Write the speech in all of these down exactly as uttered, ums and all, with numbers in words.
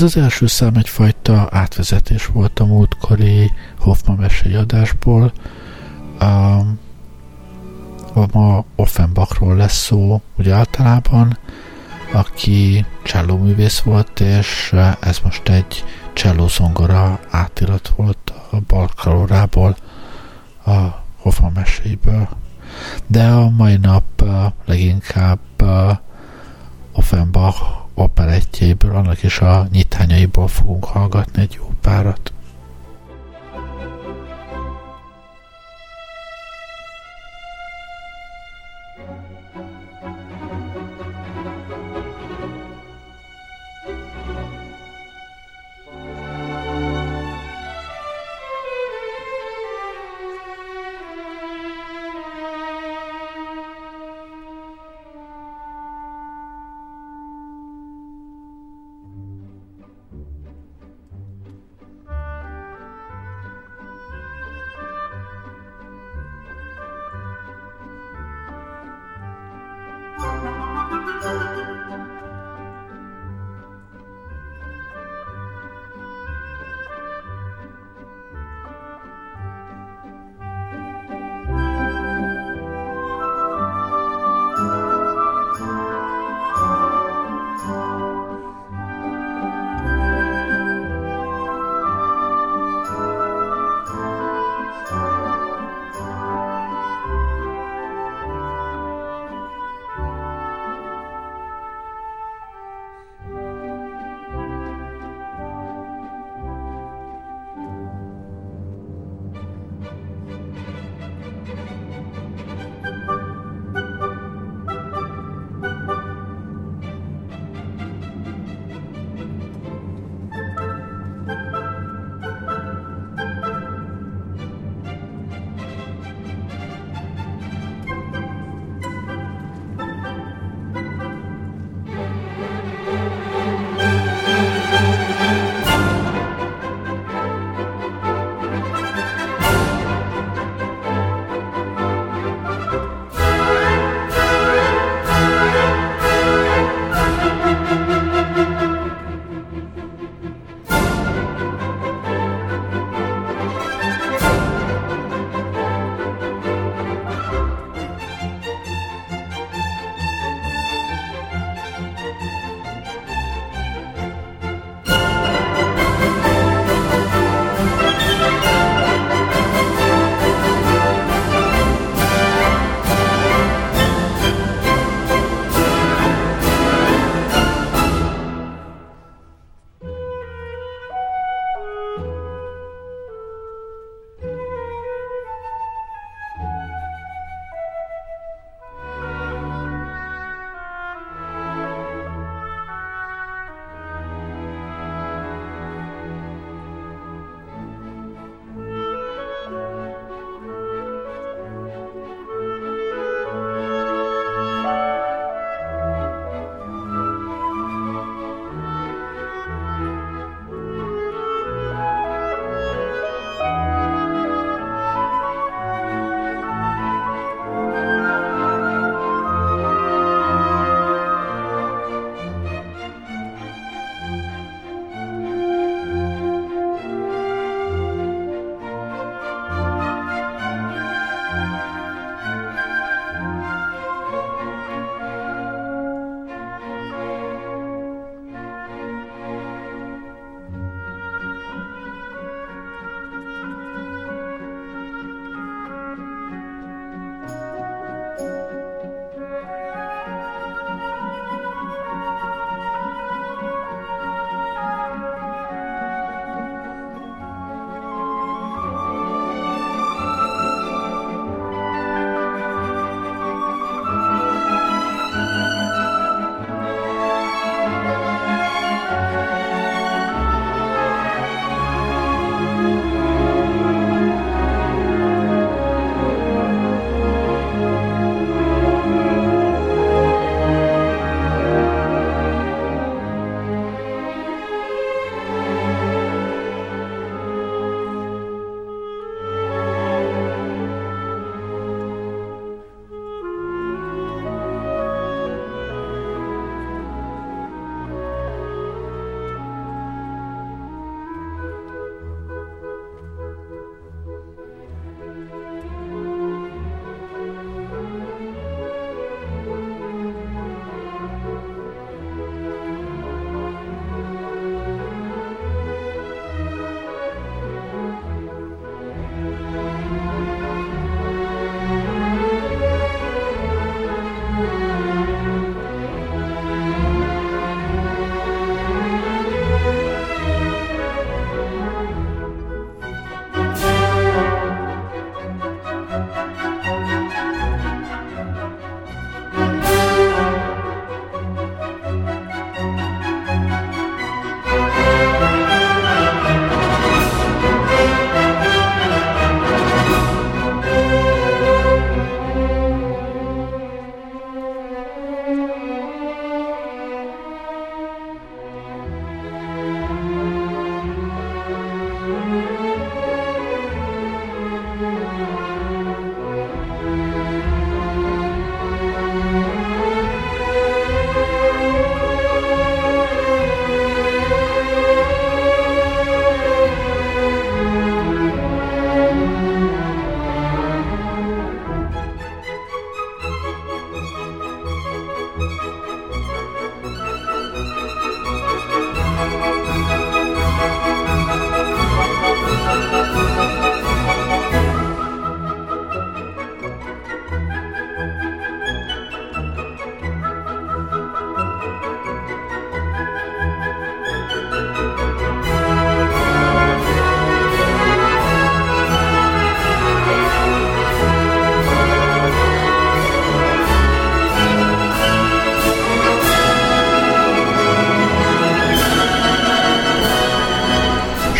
Ez az első szám egyfajta átvezetés volt a múltkori Hoffman mesei adásból. Um, ma Offenbachról lesz szó, ugye általában, aki csellóművész volt, és ez most egy csellózongora átirat volt a Balkarorából, a Hoffman meséiből. De a mai nap leginkább Offenbach operettjéből, annak is a nyitányaiból fogunk hallgatni egy jó párat.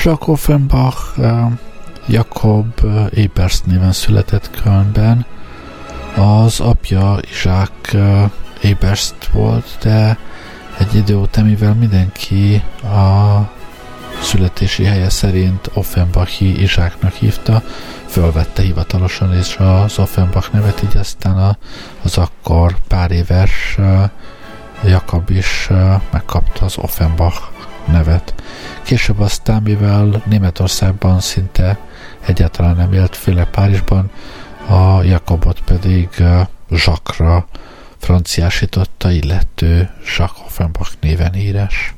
Jacques Offenbach Jakob Eberst néven született Kölnben. Az apja Izsák Eberst volt, de egy idő után, mivel mindenki a születési helye szerint Offenbachi Izsáknak hívta, fölvette hivatalosan is az Offenbach nevet, így aztán az akkor pár éves Jakab is megkapta az Offenbach nevet. Később aztán, mivel Németországban szinte egyáltalán nem élt, főleg Párizsban, a Jakobot pedig Jacques-ra franciásította, illető Jacques Offenbach néven híres.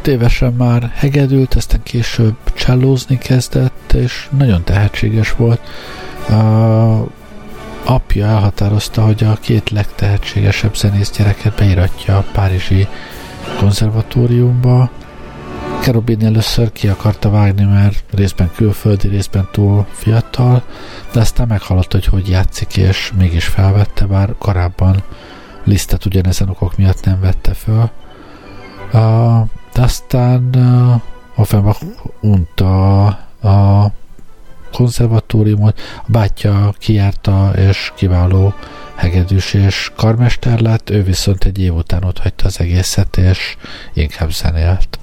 évesen már hegedült, aztán később csellózni kezdett, és nagyon tehetséges volt. Uh, apja elhatározta, hogy a két legtehetségesebb zenész gyereket beiratja a párizsi konzervatóriumba. Cherubini először ki akarta vágni, mert részben külföldi, részben túl fiatal, de aztán meghallotta, hogy hogy játszik, és mégis felvette, bár korábban Lisztet ugyanezen okok miatt nem vette föl. Uh, de aztán uh, Offenbach unta a konzervatóriumot, a bátyja kijárta, és kiváló hegedűs és karmester lett, ő viszont egy év után ott hagyta az egészet, és inkább zenélt.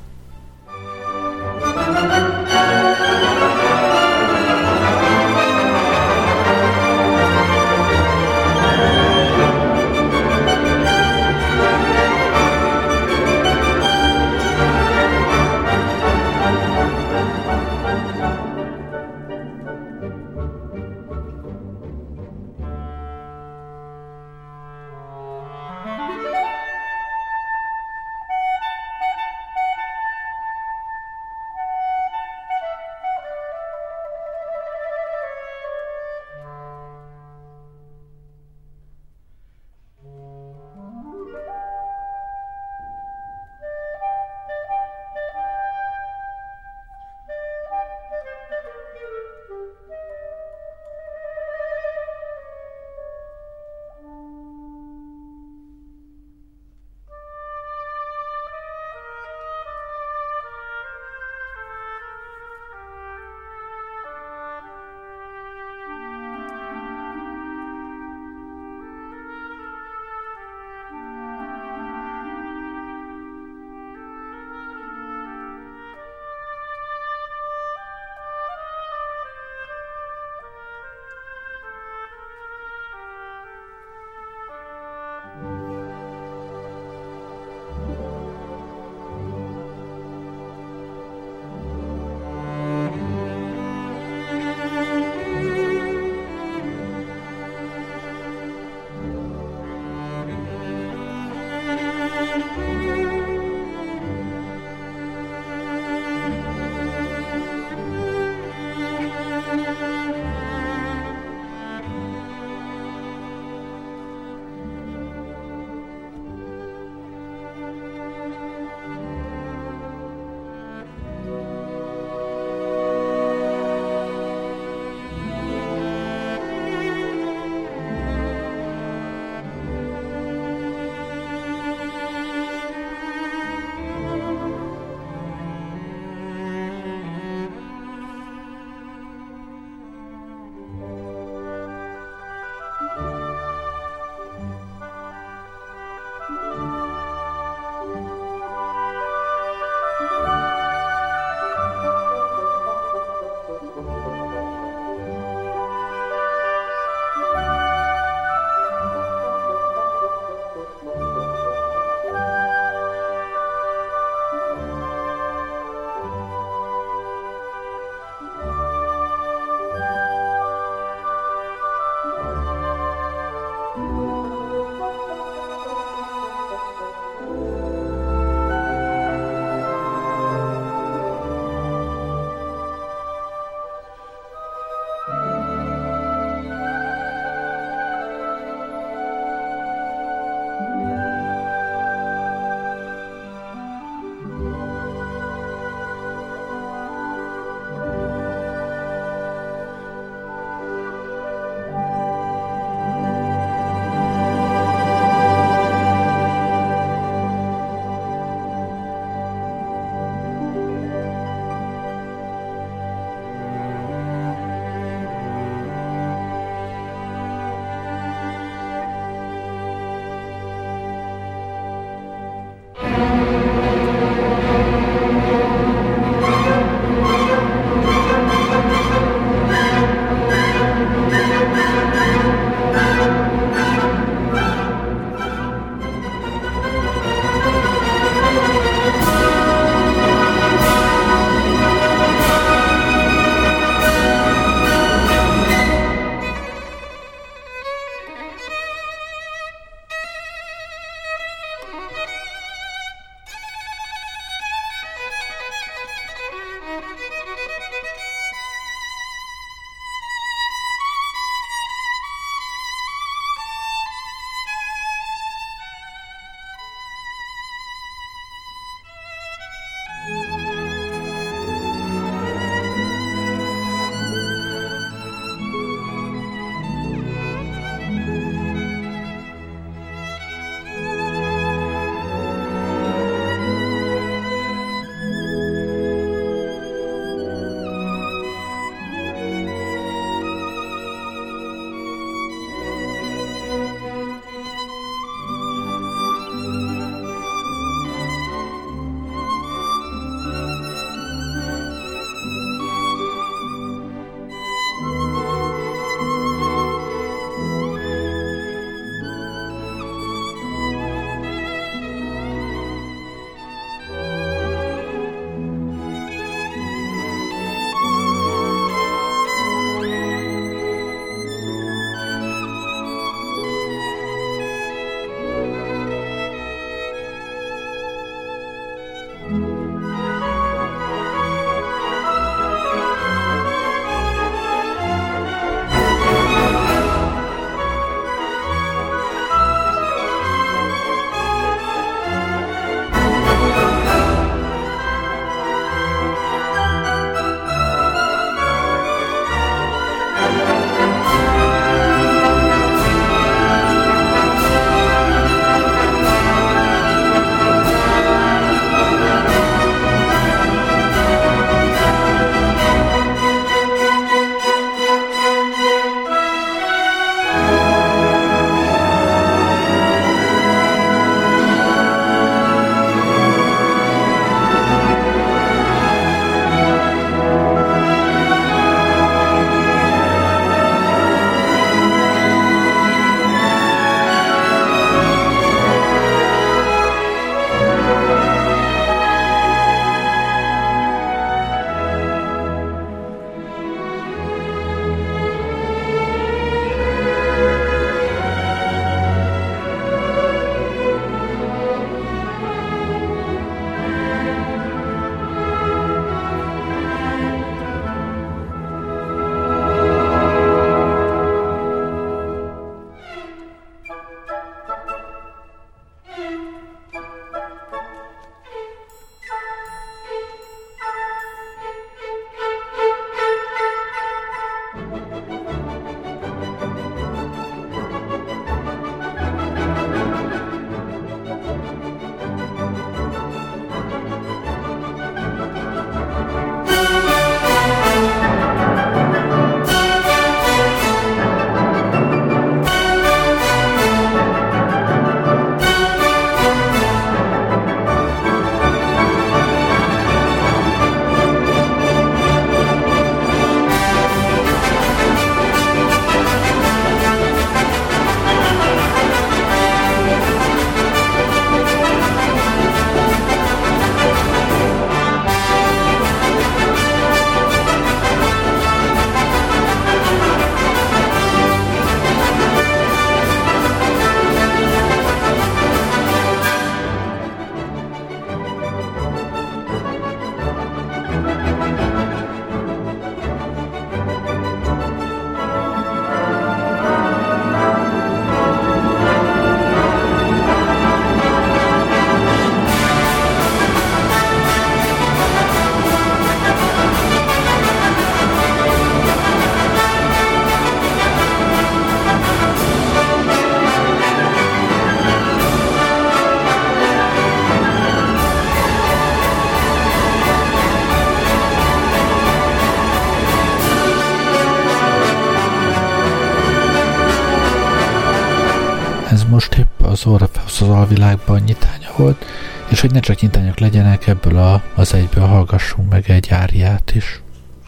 most épp az Orpheus az alvilágban nyitánya volt, és hogy ne csak nyitányok legyenek, ebből a, az egyből hallgassunk meg egy áriát is.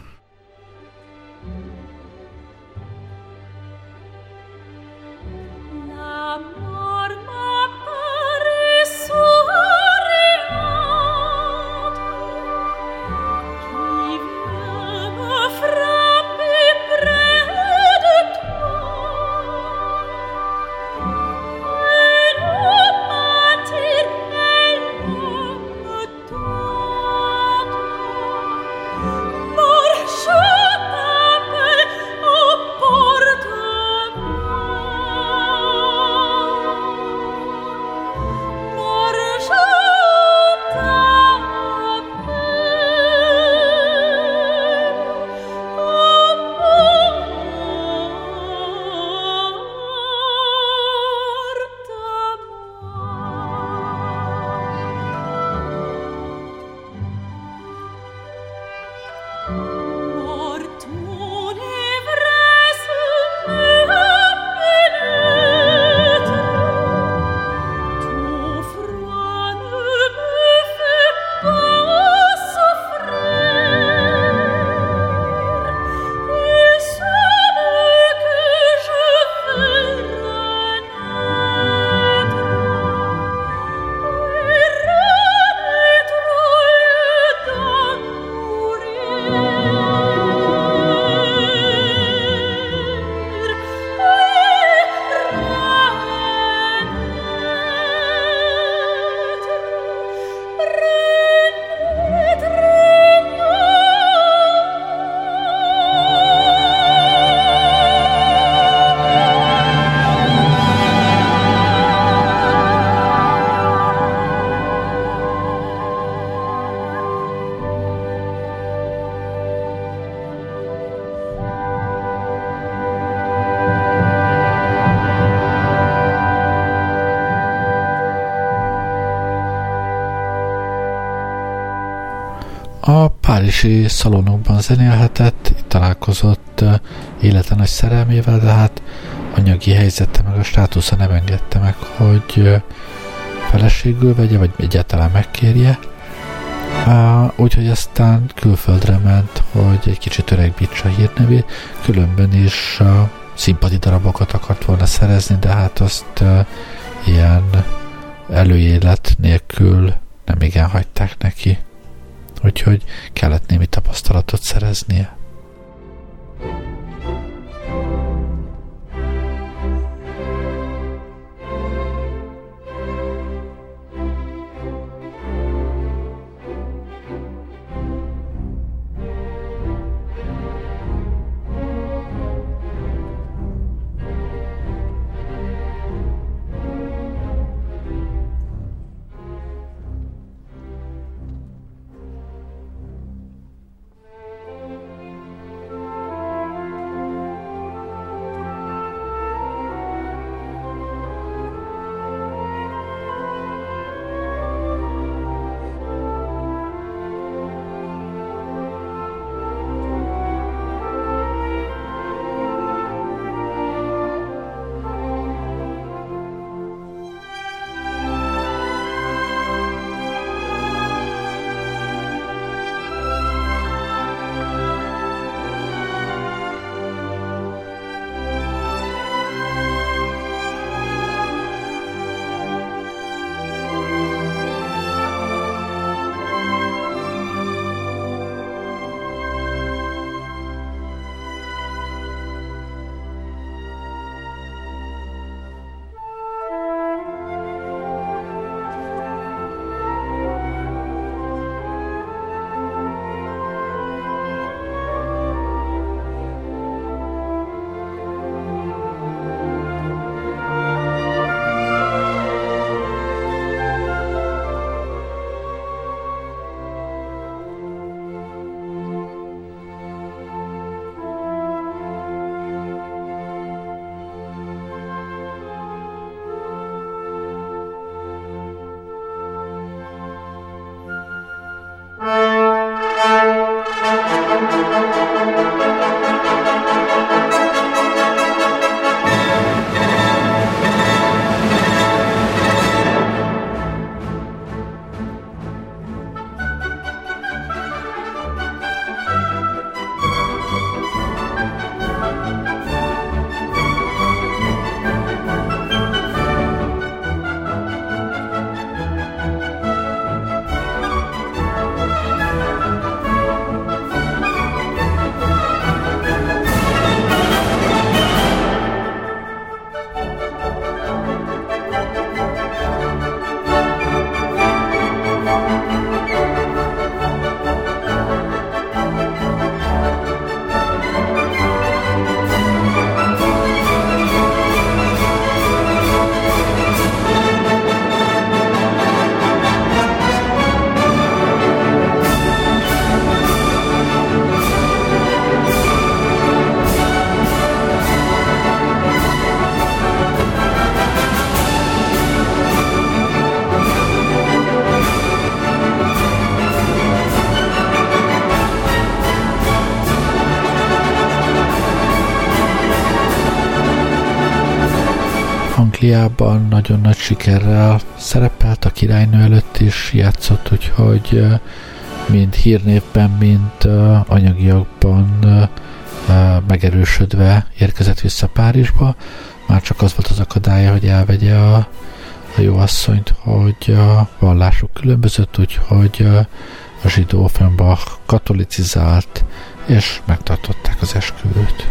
A párizsi szalonokban zenélhetett, itt találkozott uh, élete nagy szerelmével, de hát anyagi helyzete meg a státusza nem engedte meg, hogy uh, feleségül vegye, vagy egyáltalán megkérje. Uh, úgyhogy aztán külföldre ment, hogy egy kicsit öregbítse a hírnevét, különben is uh, színpadi darabokat akart volna szerezni, de hát azt uh, ilyen előélet nélkül nem igen hagyták neki. Úgyhogy kellett némi tapasztalatot szereznie. Angliában nagyon nagy sikerrel szerepelt, a királynő előtt is játszott, úgyhogy mind hírnévben, mind anyagiakban megerősödve érkezett vissza Párizsba. Már csak az volt az akadálya, hogy elvegye a, a jó asszonyt, hogy a vallásuk különbözött, úgyhogy a zsidó Offenbach katolicizált, és megtartották az esküvőt.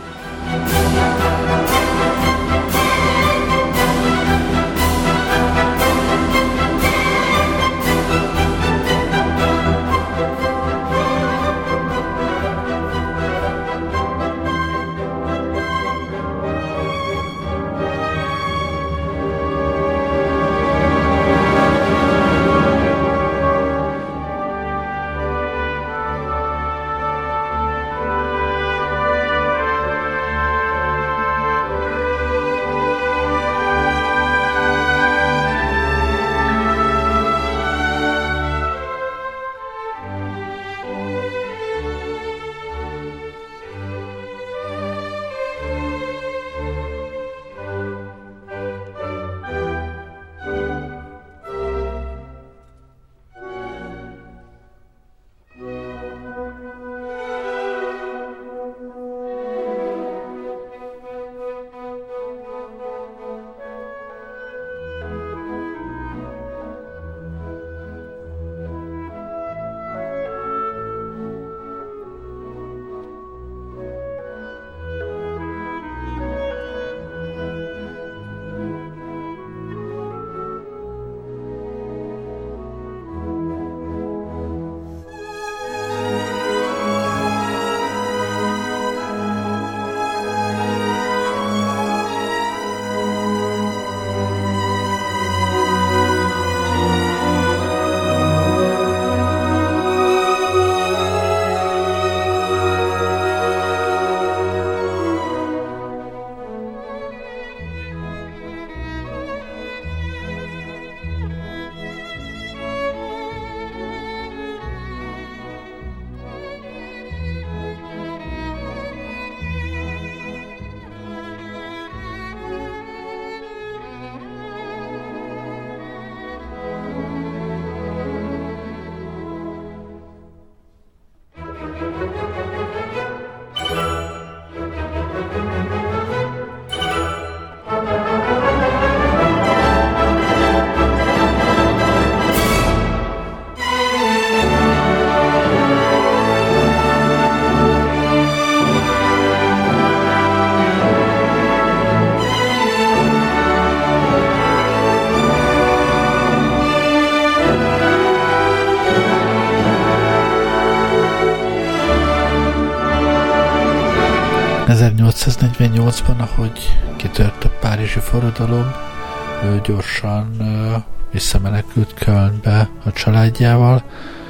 ezernyolcszáznegyvennyolcban, ahogy kitört a párizsi forradalom, ő gyorsan uh, visszamenekült Kölnbe a családjával.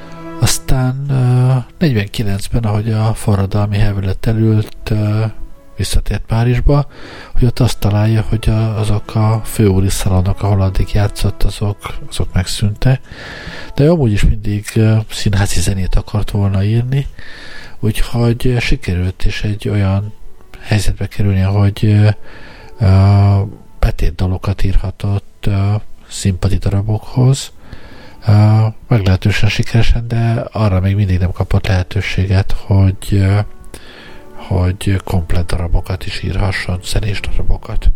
Aztán uh, negyvenkilencben, ahogy a forradalmi hevület elült, uh, visszatért Párizsba, hogy ott azt találja, hogy a, azok a főúri szalonok, ahol addig játszott, azok, azok megszűntek. De ő amúgy is mindig uh, színházi zenét akart volna írni, úgyhogy sikerült is egy olyan helyzetbe kerülni, hogy uh, betétdalokat írhatott uh, színpadi darabokhoz. Uh, meglehetősen sikeresen, de arra még mindig nem kapott lehetőséget, hogy, uh, hogy komplett darabokat is írhasson, zenés darabokat.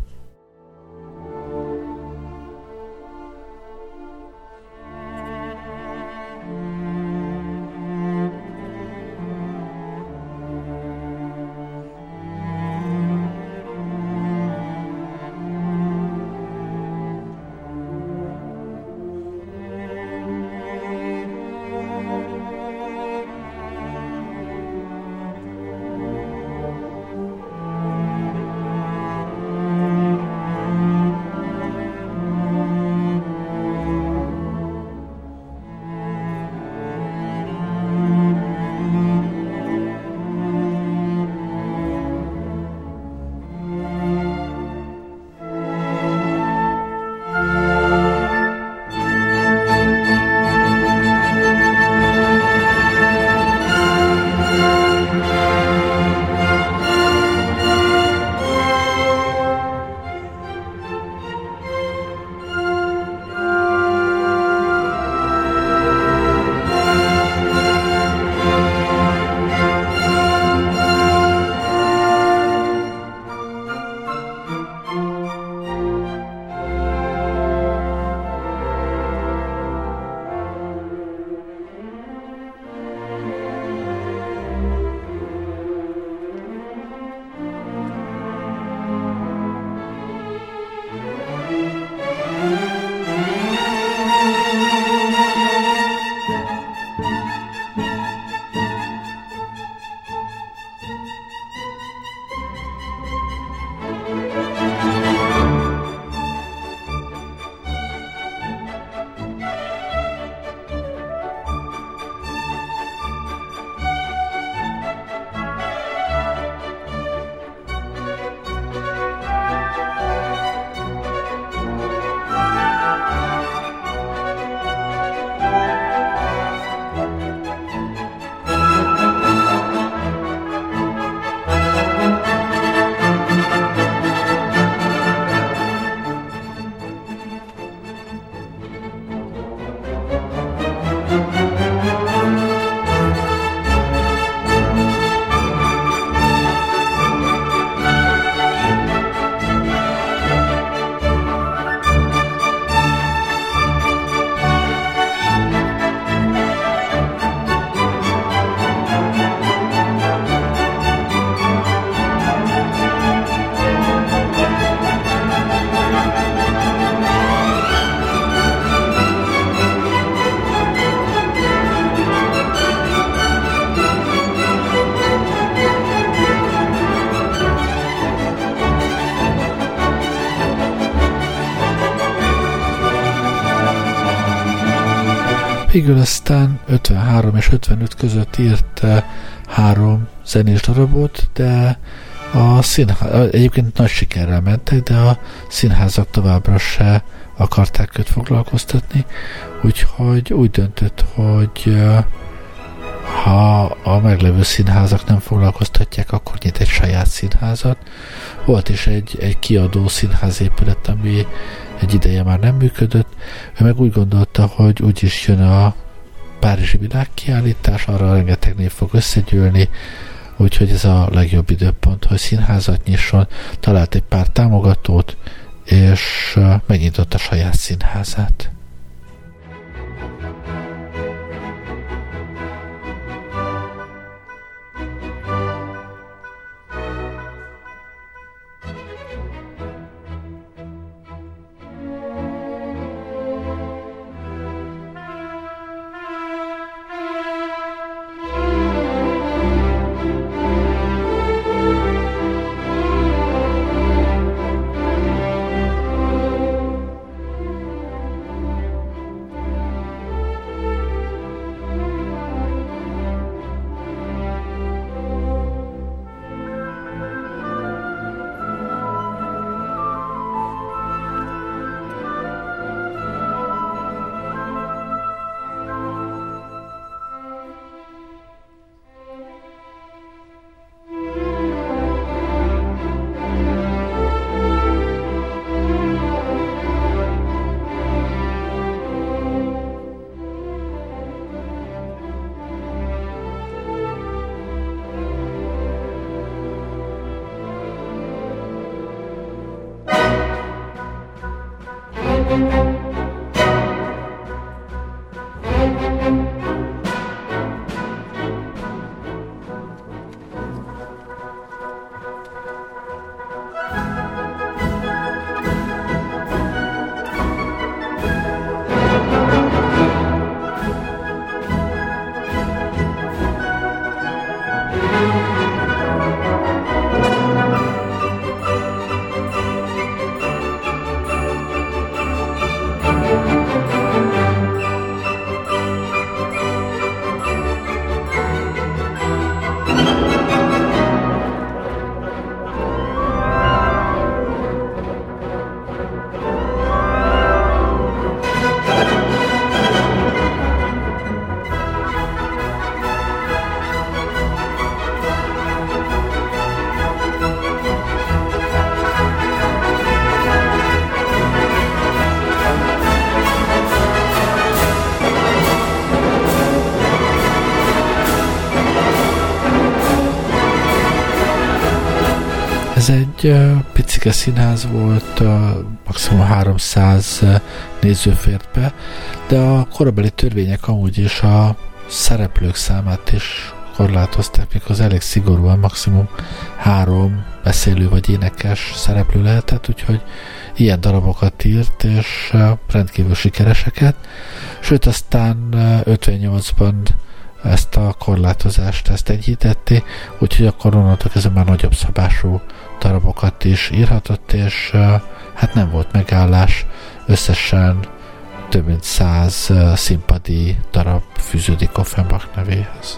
Végül aztán ötvenhárom és ötvenöt között írt három zenés darabot, de a színház, egyébként nagy sikerrel mentek, de a színházak továbbra se akarták őt foglalkoztatni, úgyhogy úgy döntött, hogy ha a meglevő színházak nem foglalkoztatják, akkor nyit egy saját színházat. Volt is egy, egy kiadó színházépület, ami egy ideje már nem működött. Ő meg úgy gondolta, hogy úgyis jön a Párizsi világkiállítás, arra rengeteg név fog összegyűlni, úgyhogy ez a legjobb időpont, hogy színházat nyisson. Talált egy pár támogatót, és megnyitott a saját színházát. Ez egy uh, picike színház volt, uh, maximum háromszáz néző fért be, de a korabeli törvények amúgy is a szereplők számát is korlátozták, mikor az elég szigorúan maximum három beszélő vagy énekes szereplő lehetett, úgyhogy ilyen darabokat írt, és uh, rendkívül sikereseket. Sőt, aztán uh, ötvennyolcban ezt a korlátozást ezt enyhítették, úgyhogy akkor onnantól kezdve már nagyobb szabású darabokat is írhatott, és uh, hát nem volt megállás, összesen több mint száz uh, színpadi darab fűződik Offenbach nevéhez.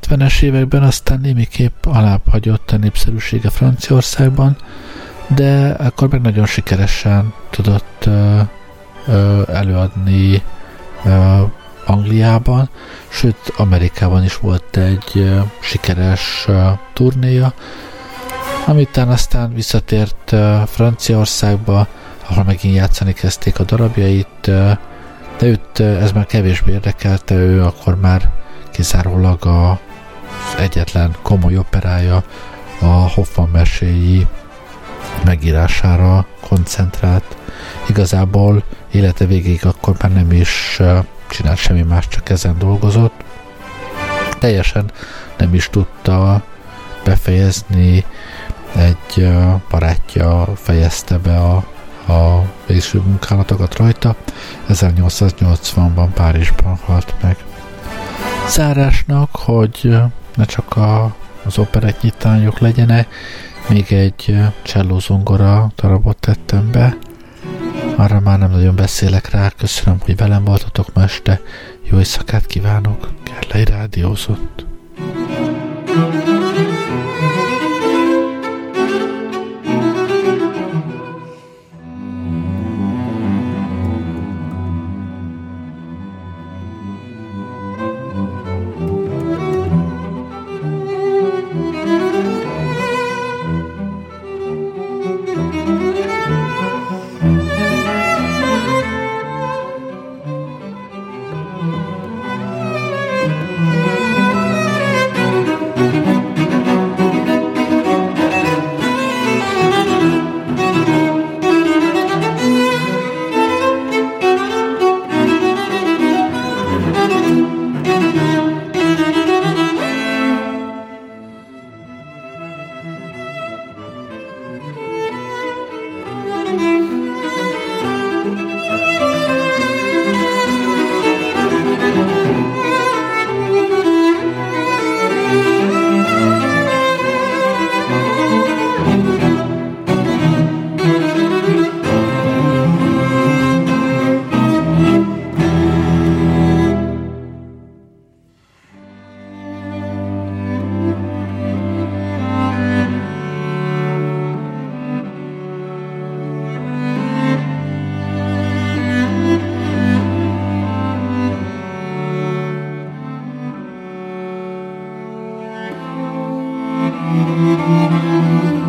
hetvenes években aztán némiképp alább hagyott a népszerűsége Franciaországban, de akkor meg nagyon sikeresen tudott ö, ö, előadni ö, Angliában, sőt Amerikában is volt egy ö, sikeres ö, turnéja, amitán aztán visszatért ö, Franciaországba, ahol megint játszani kezdték a darabjait, ö, de őt ö, ez már kevésbé érdekelte, ő akkor már kizárólag az egyetlen komoly operája, a Hoffmann meséi megírására koncentrált. Igazából élete végéig akkor már nem is csinált semmi más, csak ezen dolgozott. Teljesen nem is tudta befejezni, egy barátja fejezte be a, a végső munkálatokat rajta. ezernyolcszáznyolcvanban Párizsban halt meg. Zárásnak, hogy ne csak a, az operett nyitányok legyenek, még egy csellózongora darabot tettem be. Arra már nem nagyon beszélek rá, köszönöm, hogy velem voltatok ma este. Jó éjszakát kívánok, Gerlei rádiózott. Thank you.